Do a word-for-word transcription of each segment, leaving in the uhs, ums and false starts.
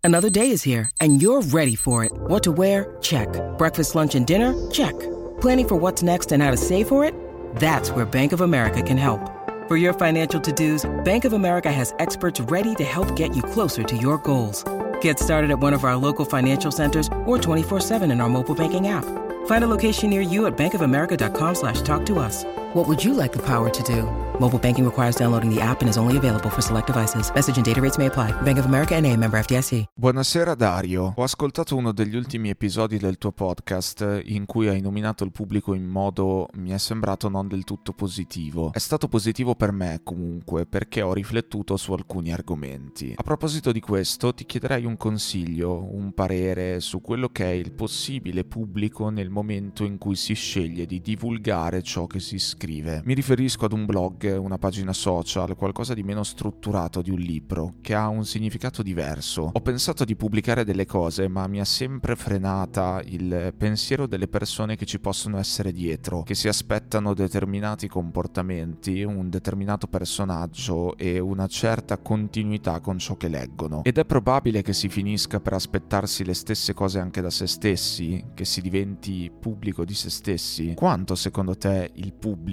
Another day is here, and you're ready for it. What to wear? Check. Breakfast, lunch, and dinner? Check. Planning for what's next and how to save for it? That's where Bank of America can help. For your financial to-dos, Bank of America has experts ready to help get you closer to your goals. Get started at one of our local financial centers or twenty-four seven in our mobile banking app. Find a location near you at bankofamerica.com slash talk to us. What would you like the power to do? Mobile banking requires downloading the app and is only available for select devices. Message and data rates may apply. Bank of America N A, member F D I C. Buonasera Dario, ho ascoltato uno degli ultimi episodi del tuo podcast in cui hai nominato il pubblico in modo, mi è sembrato, non del tutto positivo. È stato positivo per me comunque, perché ho riflettuto su alcuni argomenti. A proposito di questo, ti chiederei un consiglio, un parere su quello che è il possibile pubblico nel momento in cui si sceglie di divulgare ciò che si scrive. Mi riferisco ad un blog, una pagina social, qualcosa di meno strutturato di un libro, che ha un significato diverso. Ho pensato di pubblicare delle cose, ma mi ha sempre frenata il pensiero delle persone che ci possono essere dietro, che si aspettano determinati comportamenti, un determinato personaggio e una certa continuità con ciò che leggono. Ed è probabile che si finisca per aspettarsi le stesse cose anche da se stessi, che si diventi pubblico di se stessi. Quanto secondo te il pubblico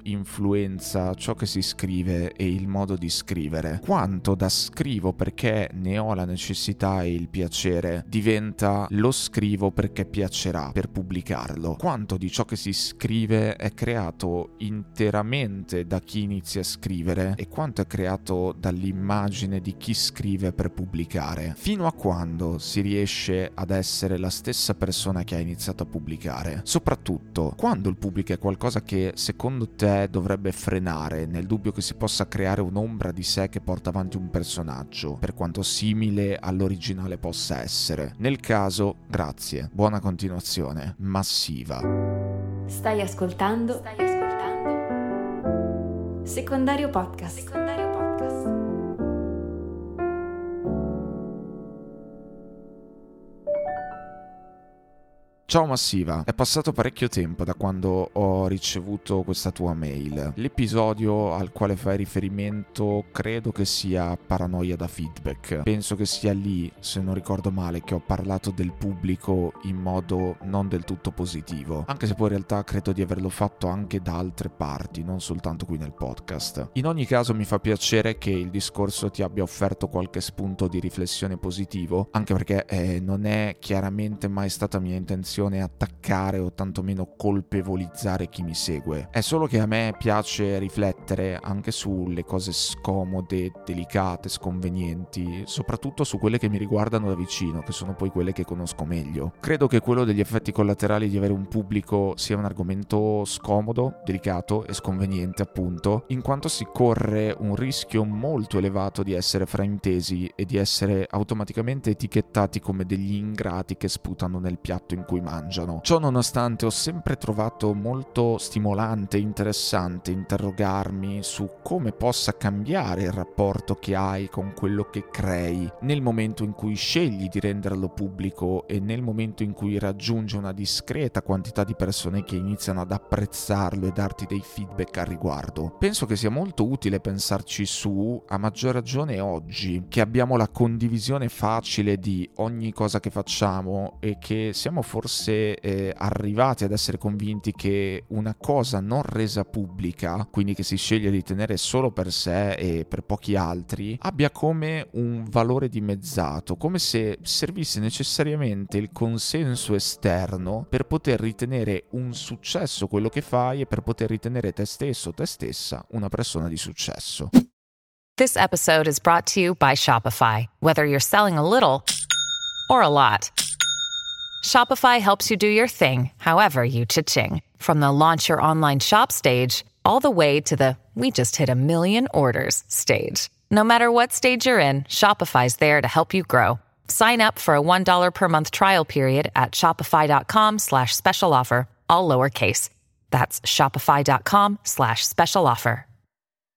influenza ciò che si scrive e il modo di scrivere? Quanto da scrivo perché ne ho la necessità e il piacere diventa lo scrivo perché piacerà per pubblicarlo? Quanto di ciò che si scrive è creato interamente da chi inizia a scrivere e quanto è creato dall'immagine di chi scrive per pubblicare? Fino a quando si riesce ad essere la stessa persona che ha iniziato a pubblicare? Soprattutto, quando il pubblico è qualcosa che secondo te dovrebbe frenare, nel dubbio che si possa creare un'ombra di sé che porta avanti un personaggio, per quanto simile all'originale possa essere. Nel caso, grazie, buona continuazione. Massiva. Stai ascoltando? Stai ascoltando? Secondario Podcast. Secondario Podcast. Ciao Massiva, è passato parecchio tempo da quando ho ricevuto questa tua mail. L'episodio al quale fai riferimento credo che sia Paranoia da feedback. Penso che sia lì, se non ricordo male, che ho parlato del pubblico in modo non del tutto positivo, anche se poi in realtà credo di averlo fatto anche da altre parti, non soltanto qui nel podcast. In ogni caso mi fa piacere che il discorso ti abbia offerto qualche spunto di riflessione positivo, anche perché eh, non è chiaramente mai stata mia intenzione attaccare o tantomeno colpevolizzare chi mi segue. È solo che a me piace riflettere anche sulle cose scomode, delicate, sconvenienti, soprattutto su quelle che mi riguardano da vicino, che sono poi quelle che conosco meglio. Credo che quello degli effetti collaterali di avere un pubblico sia un argomento scomodo, delicato e sconveniente, appunto, in quanto si corre un rischio molto elevato di essere fraintesi e di essere automaticamente etichettati come degli ingrati che sputano nel piatto in cui mangiano. Ciò nonostante ho sempre trovato molto stimolante e interessante interrogarmi su come possa cambiare il rapporto che hai con quello che crei nel momento in cui scegli di renderlo pubblico e nel momento in cui raggiunge una discreta quantità di persone che iniziano ad apprezzarlo e darti dei feedback al riguardo. Penso che sia molto utile pensarci su, a maggior ragione oggi, che abbiamo la condivisione facile di ogni cosa che facciamo e che siamo forse eh, arrivati ad essere convinti che una cosa non resa pubblica, quindi che si sceglie di tenere solo per sé e per pochi altri, abbia come un valore dimezzato, come se servisse necessariamente il consenso esterno per poter ritenere un successo quello che fai e per poter ritenere te stesso, te stessa, una persona di successo. This episode is brought to you by Shopify. Whether you're selling a little or a lot, Shopify helps you do your thing, however you cha-ching. From the launch your online shop stage, all the way to the we just hit a million orders stage. No matter what stage you're in, Shopify's there to help you grow. Sign up for a one dollar per month trial period at shopify.com slash special offer, all lowercase. That's shopify.com slash special offer.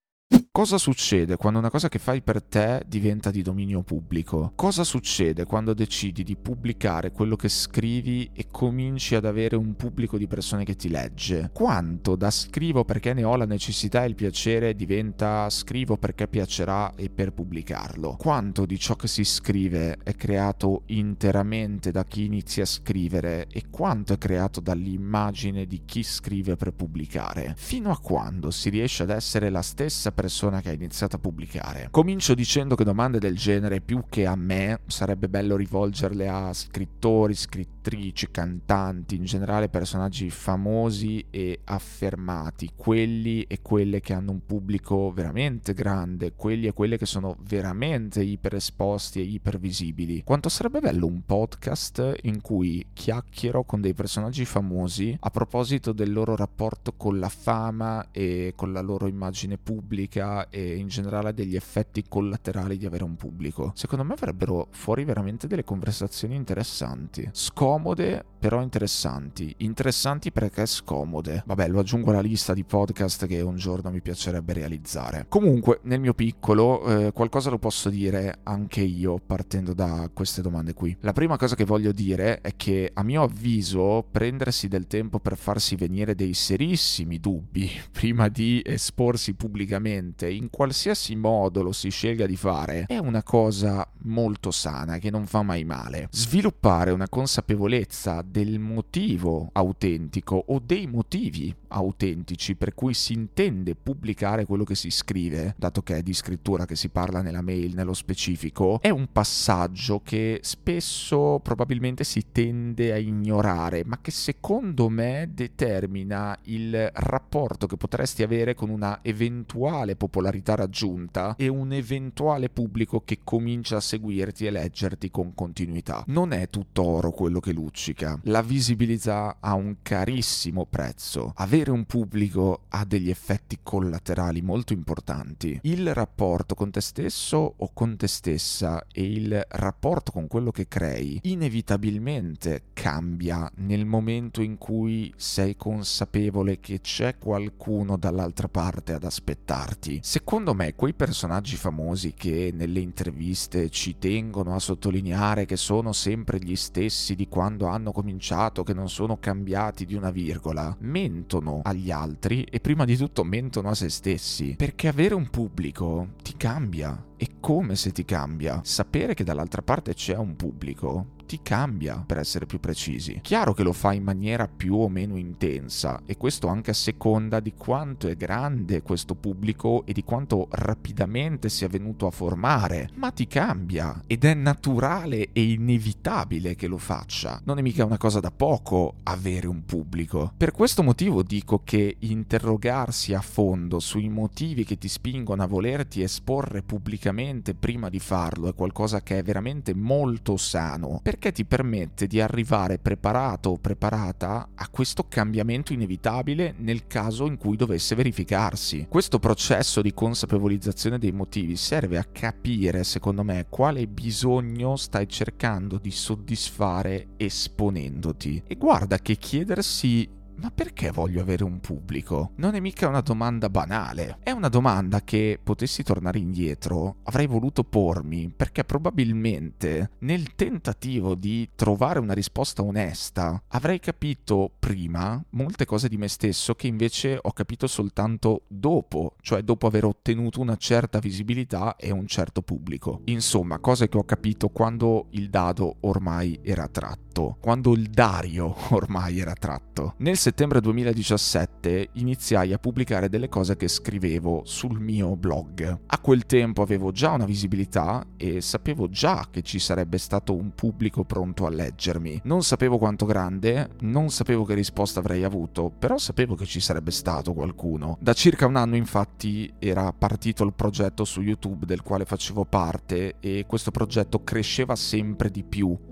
Cosa succede quando una cosa che fai per te diventa di dominio pubblico? Cosa succede quando decidi di pubblicare quello che scrivi e cominci ad avere un pubblico di persone che ti legge? Quanto da scrivo perché ne ho la necessità e il piacere diventa scrivo perché piacerà e per pubblicarlo? Quanto di ciò che si scrive è creato interamente da chi inizia a scrivere e quanto è creato dall'immagine di chi scrive per pubblicare? Fino a quando si riesce ad essere la stessa persona che ha iniziato a pubblicare? Comincio dicendo che domande del genere, più che a me, sarebbe bello rivolgerle a scrittori, scrittrici, cantanti, in generale personaggi famosi e affermati, quelli e quelle che hanno un pubblico veramente grande, quelli e quelle che sono veramente iperesposti e ipervisibili. Quanto sarebbe bello un podcast in cui chiacchiero con dei personaggi famosi a proposito del loro rapporto con la fama e con la loro immagine pubblica e in generale degli effetti collaterali di avere un pubblico. Secondo me avrebbero fuori veramente delle conversazioni interessanti, scomode però interessanti, interessanti perché scomode. Vabbè, lo aggiungo alla lista di podcast che un giorno mi piacerebbe realizzare. Comunque, nel mio piccolo, eh, qualcosa lo posso dire anche io partendo da queste domande qui. La prima cosa che voglio dire è che a mio avviso prendersi del tempo per farsi venire dei serissimi dubbi prima di esporsi pubblicamente in qualsiasi modo lo si scelga di fare è una cosa molto sana che non fa mai male. Sviluppare una consapevolezza del motivo autentico o dei motivi autentici per cui si intende pubblicare quello che si scrive, dato che è di scrittura che si parla nella mail nello specifico, è un passaggio che spesso probabilmente si tende a ignorare, ma che secondo me determina il rapporto che potresti avere con una eventuale popolarità raggiunta e un eventuale pubblico che comincia a seguirti e leggerti con continuità. Non è tutto oro quello che luccica. La visibilità ha un carissimo prezzo. Avere un pubblico ha degli effetti collaterali molto importanti. Il rapporto con te stesso o con te stessa e il rapporto con quello che crei inevitabilmente cambia nel momento in cui sei consapevole che c'è qualcuno dall'altra parte ad aspettarti. Secondo me quei personaggi famosi che nelle interviste ci tengono a sottolineare che sono sempre gli stessi di quando hanno cominciato, che non sono cambiati di una virgola, mentono agli altri e prima di tutto mentono a se stessi, perché avere un pubblico ti cambia. E come se ti cambia? Sapere che dall'altra parte c'è un pubblico ti cambia, per essere più precisi. Chiaro che lo fa in maniera più o meno intensa, e questo anche a seconda di quanto è grande questo pubblico e di quanto rapidamente si è venuto a formare, ma ti cambia ed è naturale e inevitabile che lo faccia. Non è mica una cosa da poco avere un pubblico. Per questo motivo dico che interrogarsi a fondo sui motivi che ti spingono a volerti esporre pubblicamente prima di farlo è qualcosa che è veramente molto sano, perché ti permette di arrivare preparato o preparata a questo cambiamento inevitabile nel caso in cui dovesse verificarsi. Questo processo di consapevolizzazione dei motivi serve a capire, secondo me, quale bisogno stai cercando di soddisfare esponendoti. E guarda che chiedersi ma perché voglio avere un pubblico? Non è mica una domanda banale. È una domanda che, potessi tornare indietro, avrei voluto pormi, perché probabilmente nel tentativo di trovare una risposta onesta avrei capito prima molte cose di me stesso che invece ho capito soltanto dopo, cioè dopo aver ottenuto una certa visibilità e un certo pubblico. Insomma, cose che ho capito quando il dado ormai era tratto, quando il Dario ormai era tratto. Nel settembre duemiladiciassette iniziai a pubblicare delle cose che scrivevo sul mio blog. A quel tempo avevo già una visibilità e sapevo già che ci sarebbe stato un pubblico pronto a leggermi. Non sapevo quanto grande, non sapevo che risposta avrei avuto, però sapevo che ci sarebbe stato qualcuno. Da circa un anno infatti era partito il progetto su YouTube del quale facevo parte e questo progetto cresceva sempre di più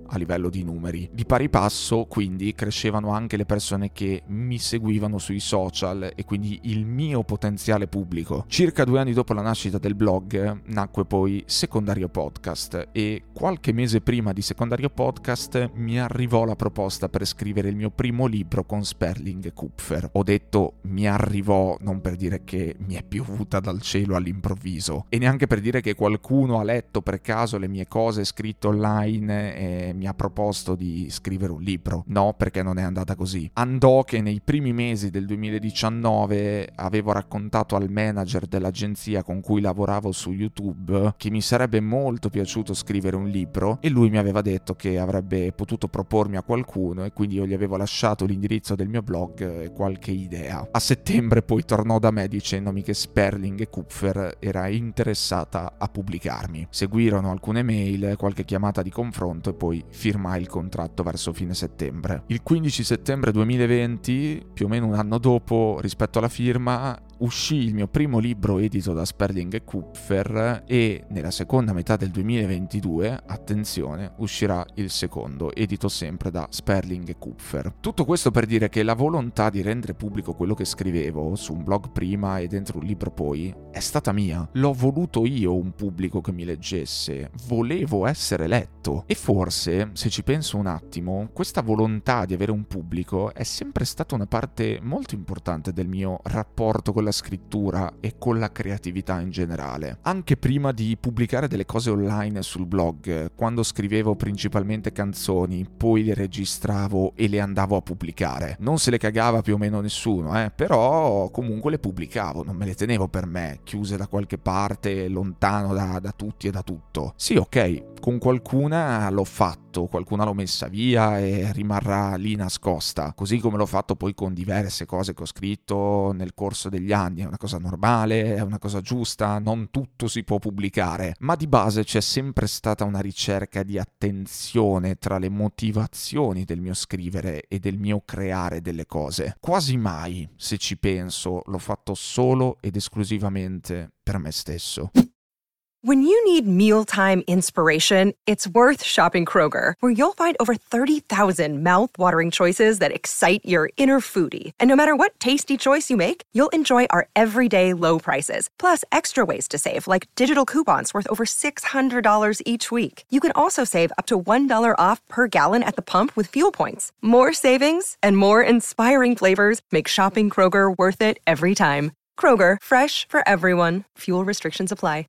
a livello di numeri. Di pari passo, quindi, crescevano anche le persone che mi seguivano sui social e quindi il mio potenziale pubblico. Circa due anni dopo la nascita del blog nacque poi Secondario Podcast e qualche mese prima di Secondario Podcast mi arrivò la proposta per scrivere il mio primo libro con Sperling e Kupfer. Ho detto mi arrivò non per dire che mi è piovuta dal cielo all'improvviso e neanche per dire che qualcuno ha letto per caso le mie cose scritte online e mi ha proposto di scrivere un libro. No, perché non è andata così. Andò che nei primi mesi del duemiladiciannove avevo raccontato al manager dell'agenzia con cui lavoravo su YouTube che mi sarebbe molto piaciuto scrivere un libro e lui mi aveva detto che avrebbe potuto propormi a qualcuno e quindi io gli avevo lasciato l'indirizzo del mio blog e qualche idea. A settembre poi tornò da me dicendomi che Sperling e Kupfer era interessata a pubblicarmi. Seguirono alcune mail, qualche chiamata di confronto e poi firmai il contratto verso fine settembre. Il quindici settembre duemilaventi, più o meno un anno dopo rispetto alla firma, uscì il mio primo libro edito da Sperling e Kupfer e nella seconda metà del duemilaventidue, attenzione, uscirà il secondo, edito sempre da Sperling e Kupfer. Tutto questo per dire che la volontà di rendere pubblico quello che scrivevo su un blog prima e dentro un libro poi è stata mia. L'ho voluto io un pubblico che mi leggesse, volevo essere letto e forse, se ci penso un attimo, questa volontà di avere un pubblico è sempre stata una parte molto importante del mio rapporto con la scrittura e con la creatività in generale. Anche prima di pubblicare delle cose online sul blog, quando scrivevo principalmente canzoni, poi le registravo e le andavo a pubblicare. Non se le cagava più o meno nessuno, eh, però comunque le pubblicavo, non me le tenevo per me, chiuse da qualche parte, lontano da, da tutti e da tutto. Sì, ok, con qualcuna l'ho fatto, qualcuna l'ho messa via e rimarrà lì nascosta, così come l'ho fatto poi con diverse cose che ho scritto nel corso degli anni. È una cosa normale, è una cosa giusta, non tutto si può pubblicare, ma di base c'è sempre stata una ricerca di attenzione tra le motivazioni del mio scrivere e del mio creare delle cose. Quasi mai, se ci penso, l'ho fatto solo ed esclusivamente per me stesso. When you need mealtime inspiration, it's worth shopping Kroger, where you'll find over thirty thousand mouth-watering choices that excite your inner foodie. And no matter what tasty choice you make, you'll enjoy our everyday low prices, plus extra ways to save, like digital coupons worth over six hundred dollars each week. You can also save up to one dollar off per gallon at the pump with fuel points. More savings and more inspiring flavors make shopping Kroger worth it every time. Kroger, fresh for everyone. Fuel restrictions apply.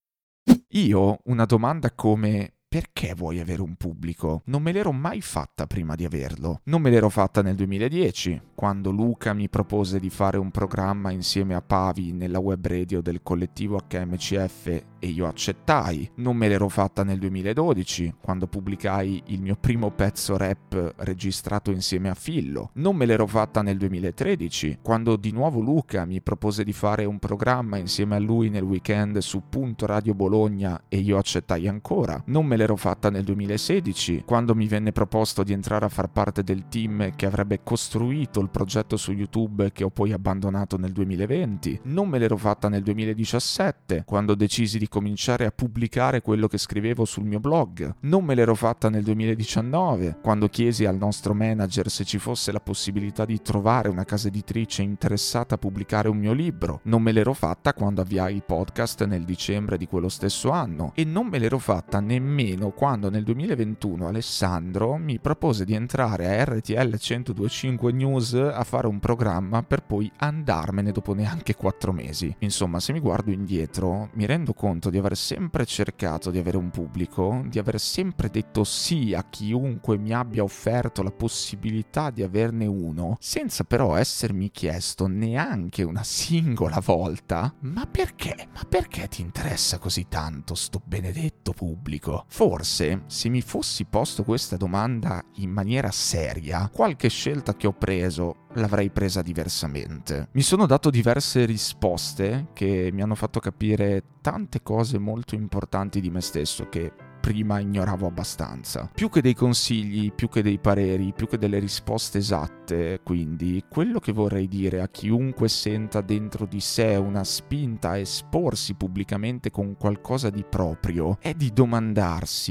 Io una domanda come perché vuoi avere un pubblico? Non me l'ero mai fatta prima di averlo. Non me l'ero fatta nel duemiladieci, quando Luca mi propose di fare un programma insieme a Pavi nella web radio del collettivo acca emme ci effe e io accettai. Non me l'ero fatta nel duemiladodici, quando pubblicai il mio primo pezzo rap registrato insieme a Fillo. Non me l'ero fatta nel duemilatredici, quando di nuovo Luca mi propose di fare un programma insieme a lui nel weekend su Punto Radio Bologna e io accettai ancora. Non me l'ero fatta nel duemilasedici, quando mi venne proposto di entrare a far parte del team che avrebbe costruito il progetto su YouTube che ho poi abbandonato nel duemilaventi. Non me l'ero fatta nel duemiladiciassette, quando decisi di cominciare a pubblicare quello che scrivevo sul mio blog. Non me l'ero fatta nel duemiladiciannove, quando chiesi al nostro manager se ci fosse la possibilità di trovare una casa editrice interessata a pubblicare un mio libro. Non me l'ero fatta quando avviai il podcast nel dicembre di quello stesso anno. E non me l'ero fatta nemmeno quando nel duemilaventuno Alessandro mi propose di entrare a erre ti elle centodue e cinque News a fare un programma per poi andarmene dopo neanche quattro mesi. Insomma, se mi guardo indietro, mi rendo conto di aver sempre cercato di avere un pubblico, di aver sempre detto sì a chiunque mi abbia offerto la possibilità di averne uno, senza però essermi chiesto neanche una singola volta: ma perché? Ma perché ti interessa così tanto sto benedetto pubblico? Forse, se mi fossi posto questa domanda in maniera seria, qualche scelta che ho preso l'avrei presa diversamente. Mi sono dato diverse risposte che mi hanno fatto capire tante cose molto importanti di me stesso che prima ignoravo abbastanza. Più che dei consigli, più che dei pareri, più che delle risposte esatte, quindi, quello che vorrei dire a chiunque senta dentro di sé una spinta a esporsi pubblicamente con qualcosa di proprio è di domandarsi: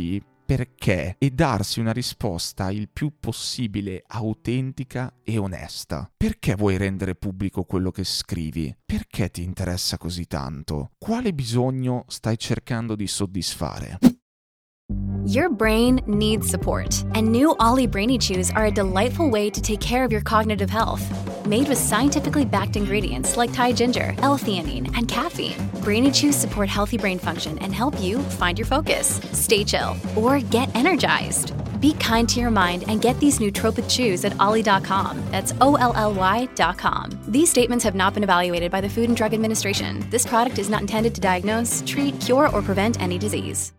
perché e darsi una risposta il più possibile autentica e onesta. Perché vuoi rendere pubblico quello che scrivi? Perché ti interessa così tanto? Quale bisogno stai cercando di soddisfare? Your brain needs support, and new Ollie Brainy Chews are a delightful way to take care of your cognitive health. Made with scientifically backed ingredients like Thai ginger, L-theanine, and caffeine, Brainy Chews support healthy brain function and help you find your focus, stay chill, or get energized. Be kind to your mind and get these nootropic chews at ollie dot com. That's O L L Y dot com. These statements have not been evaluated by the Food and Drug Administration. This product is not intended to diagnose, treat, cure, or prevent any disease.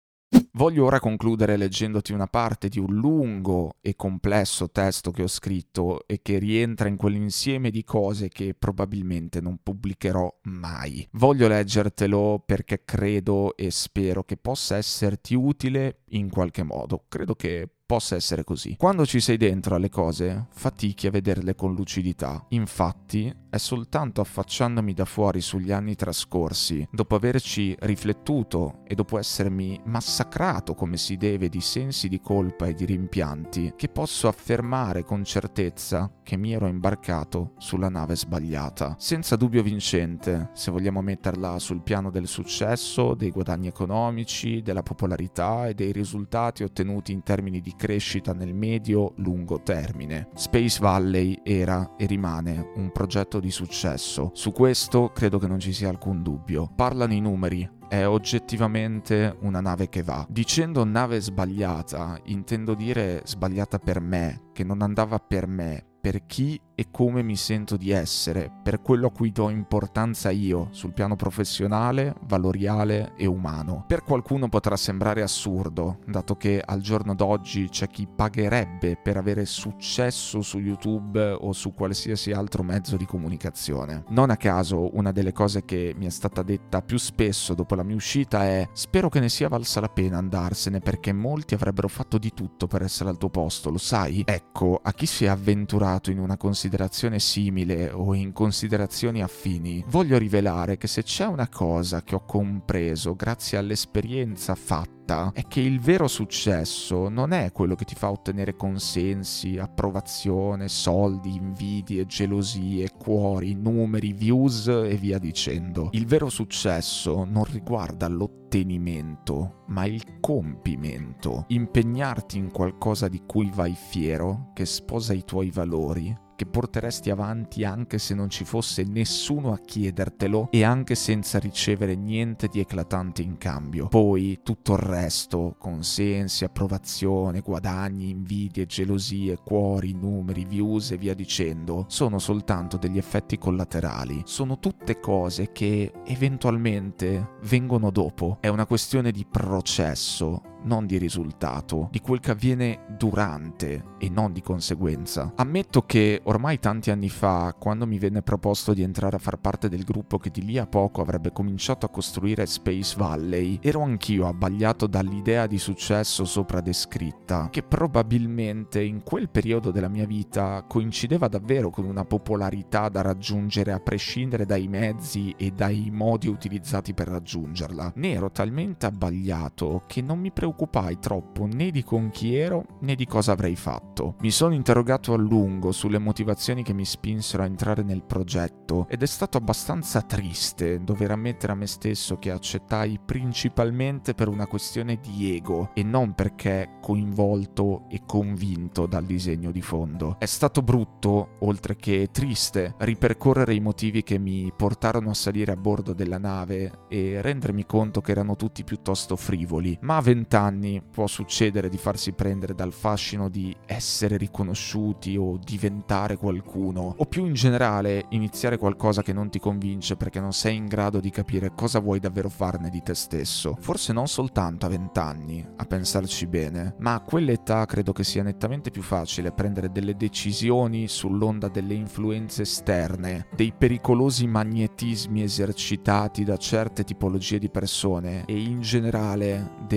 Voglio ora concludere leggendoti una parte di un lungo e complesso testo che ho scritto e che rientra in quell'insieme di cose che probabilmente non pubblicherò mai. Voglio leggertelo perché credo e spero che possa esserti utile in qualche modo. Credo che possa essere così. Quando ci sei dentro alle cose, fatichi a vederle con lucidità. Infatti, è soltanto affacciandomi da fuori sugli anni trascorsi, dopo averci riflettuto e dopo essermi massacrato come si deve di sensi di colpa e di rimpianti, che posso affermare con certezza che mi ero imbarcato sulla nave sbagliata. Senza dubbio vincente, se vogliamo metterla sul piano del successo, dei guadagni economici, della popolarità e dei risultati ottenuti in termini di crescita nel medio-lungo termine. Space Valley era e rimane un progetto di successo. Su questo credo che non ci sia alcun dubbio. Parlano i numeri. È oggettivamente una nave che va. Dicendo nave sbagliata, intendo dire sbagliata per me, che non andava per me, per chi e come mi sento di essere, per quello a cui do importanza io, sul piano professionale, valoriale e umano. Per qualcuno potrà sembrare assurdo, dato che al giorno d'oggi c'è chi pagherebbe per avere successo su YouTube o su qualsiasi altro mezzo di comunicazione. Non a caso, una delle cose che mi è stata detta più spesso dopo la mia uscita è: spero che ne sia valsa la pena andarsene, perché molti avrebbero fatto di tutto per essere al tuo posto, lo sai? Ecco, a chi si è avventurato in una considerazione simile o in considerazioni affini, voglio rivelare che se c'è una cosa che ho compreso grazie all'esperienza fatta è che il vero successo non è quello che ti fa ottenere consensi, approvazione, soldi, invidie, gelosie, cuori, numeri, views e via dicendo. Il vero successo non riguarda l'ottenimento, ma il compimento. Impegnarti in qualcosa di cui vai fiero, che sposa i tuoi valori, che porteresti avanti anche se non ci fosse nessuno a chiedertelo e anche senza ricevere niente di eclatante in cambio. Poi tutto il resto, consensi, approvazione, guadagni, invidie, gelosie, cuori, numeri, views e via dicendo, sono soltanto degli effetti collaterali. Sono tutte cose che eventualmente vengono dopo. È una questione di processo, non di risultato, di quel che avviene durante e non di conseguenza. Ammetto che ormai tanti anni fa, quando mi venne proposto di entrare a far parte del gruppo che di lì a poco avrebbe cominciato a costruire Space Valley, ero anch'io abbagliato dall'idea di successo sopra descritta, che probabilmente in quel periodo della mia vita coincideva davvero con una popolarità da raggiungere a prescindere dai mezzi e dai modi utilizzati per raggiungerla. Ne ero talmente abbagliato che non mi preoccupai troppo né di con chi ero né di cosa avrei fatto. Mi sono interrogato a lungo sulle motivazioni che mi spinsero a entrare nel progetto ed è stato abbastanza triste dover ammettere a me stesso che accettai principalmente per una questione di ego e non perché coinvolto e convinto dal disegno di fondo. È stato brutto, oltre che triste, ripercorrere i motivi che mi portarono a salire a bordo della nave e rendermi conto che erano tutti piuttosto frivoli, ma a vent'anni può succedere di farsi prendere dal fascino di essere riconosciuti o diventare qualcuno, o più in generale iniziare qualcosa che non ti convince perché non sei in grado di capire cosa vuoi davvero farne di te stesso. Forse non soltanto a vent'anni, a pensarci bene, ma a quell'età credo che sia nettamente più facile prendere delle decisioni sull'onda delle influenze esterne, dei pericolosi magnetismi esercitati da certe tipologie di persone e in generale del bisogno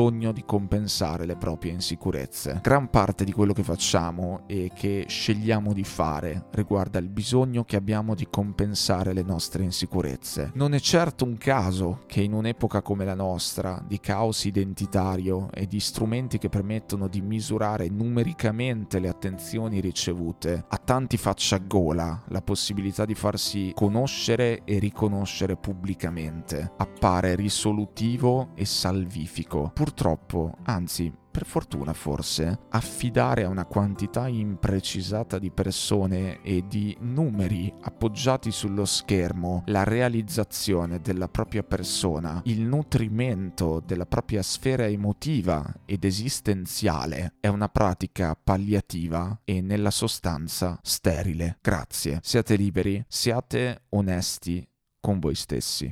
bisogno di compensare le proprie insicurezze. Gran parte di quello che facciamo e che scegliamo di fare riguarda il bisogno che abbiamo di compensare le nostre insicurezze. Non è certo un caso che in un'epoca come la nostra, di caos identitario e di strumenti che permettono di misurare numericamente le attenzioni ricevute, a tanti faccia gola la possibilità di farsi conoscere e riconoscere pubblicamente. Appare risolutivo e salvifico. Purtroppo, anzi, per fortuna forse, affidare a una quantità imprecisata di persone e di numeri appoggiati sullo schermo la realizzazione della propria persona, il nutrimento della propria sfera emotiva ed esistenziale è una pratica palliativa e nella sostanza sterile. Grazie. Siate liberi, siate onesti con voi stessi.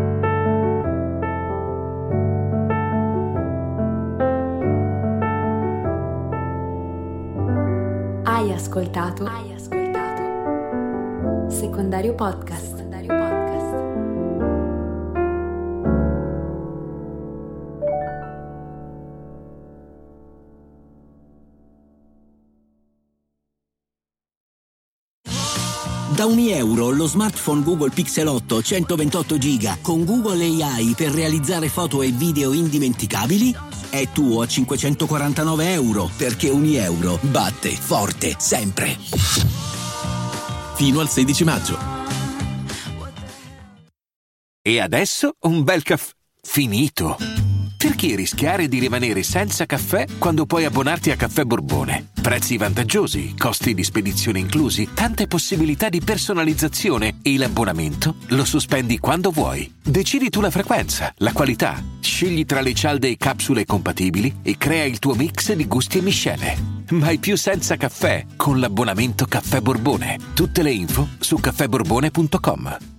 Hai ascoltato? Hai ascoltato? Secondario Podcast. Secondario Podcast. Da un euro lo smartphone Google Pixel otto centoventotto giga con Google A I per realizzare foto e video indimenticabili è tuo a cinquecentoquarantanove euro, perché un euro batte forte sempre. Fino al sedici maggio. E adesso un bel caffè finito. Perché rischiare di rimanere senza caffè quando puoi abbonarti a Caffè Borbone? Prezzi vantaggiosi, costi di spedizione inclusi, tante possibilità di personalizzazione e l'abbonamento lo sospendi quando vuoi. Decidi tu la frequenza, la qualità, scegli tra le cialde e capsule compatibili e crea il tuo mix di gusti e miscele. Mai più senza caffè con l'abbonamento Caffè Borbone. Tutte le info su caffè borbone punto com.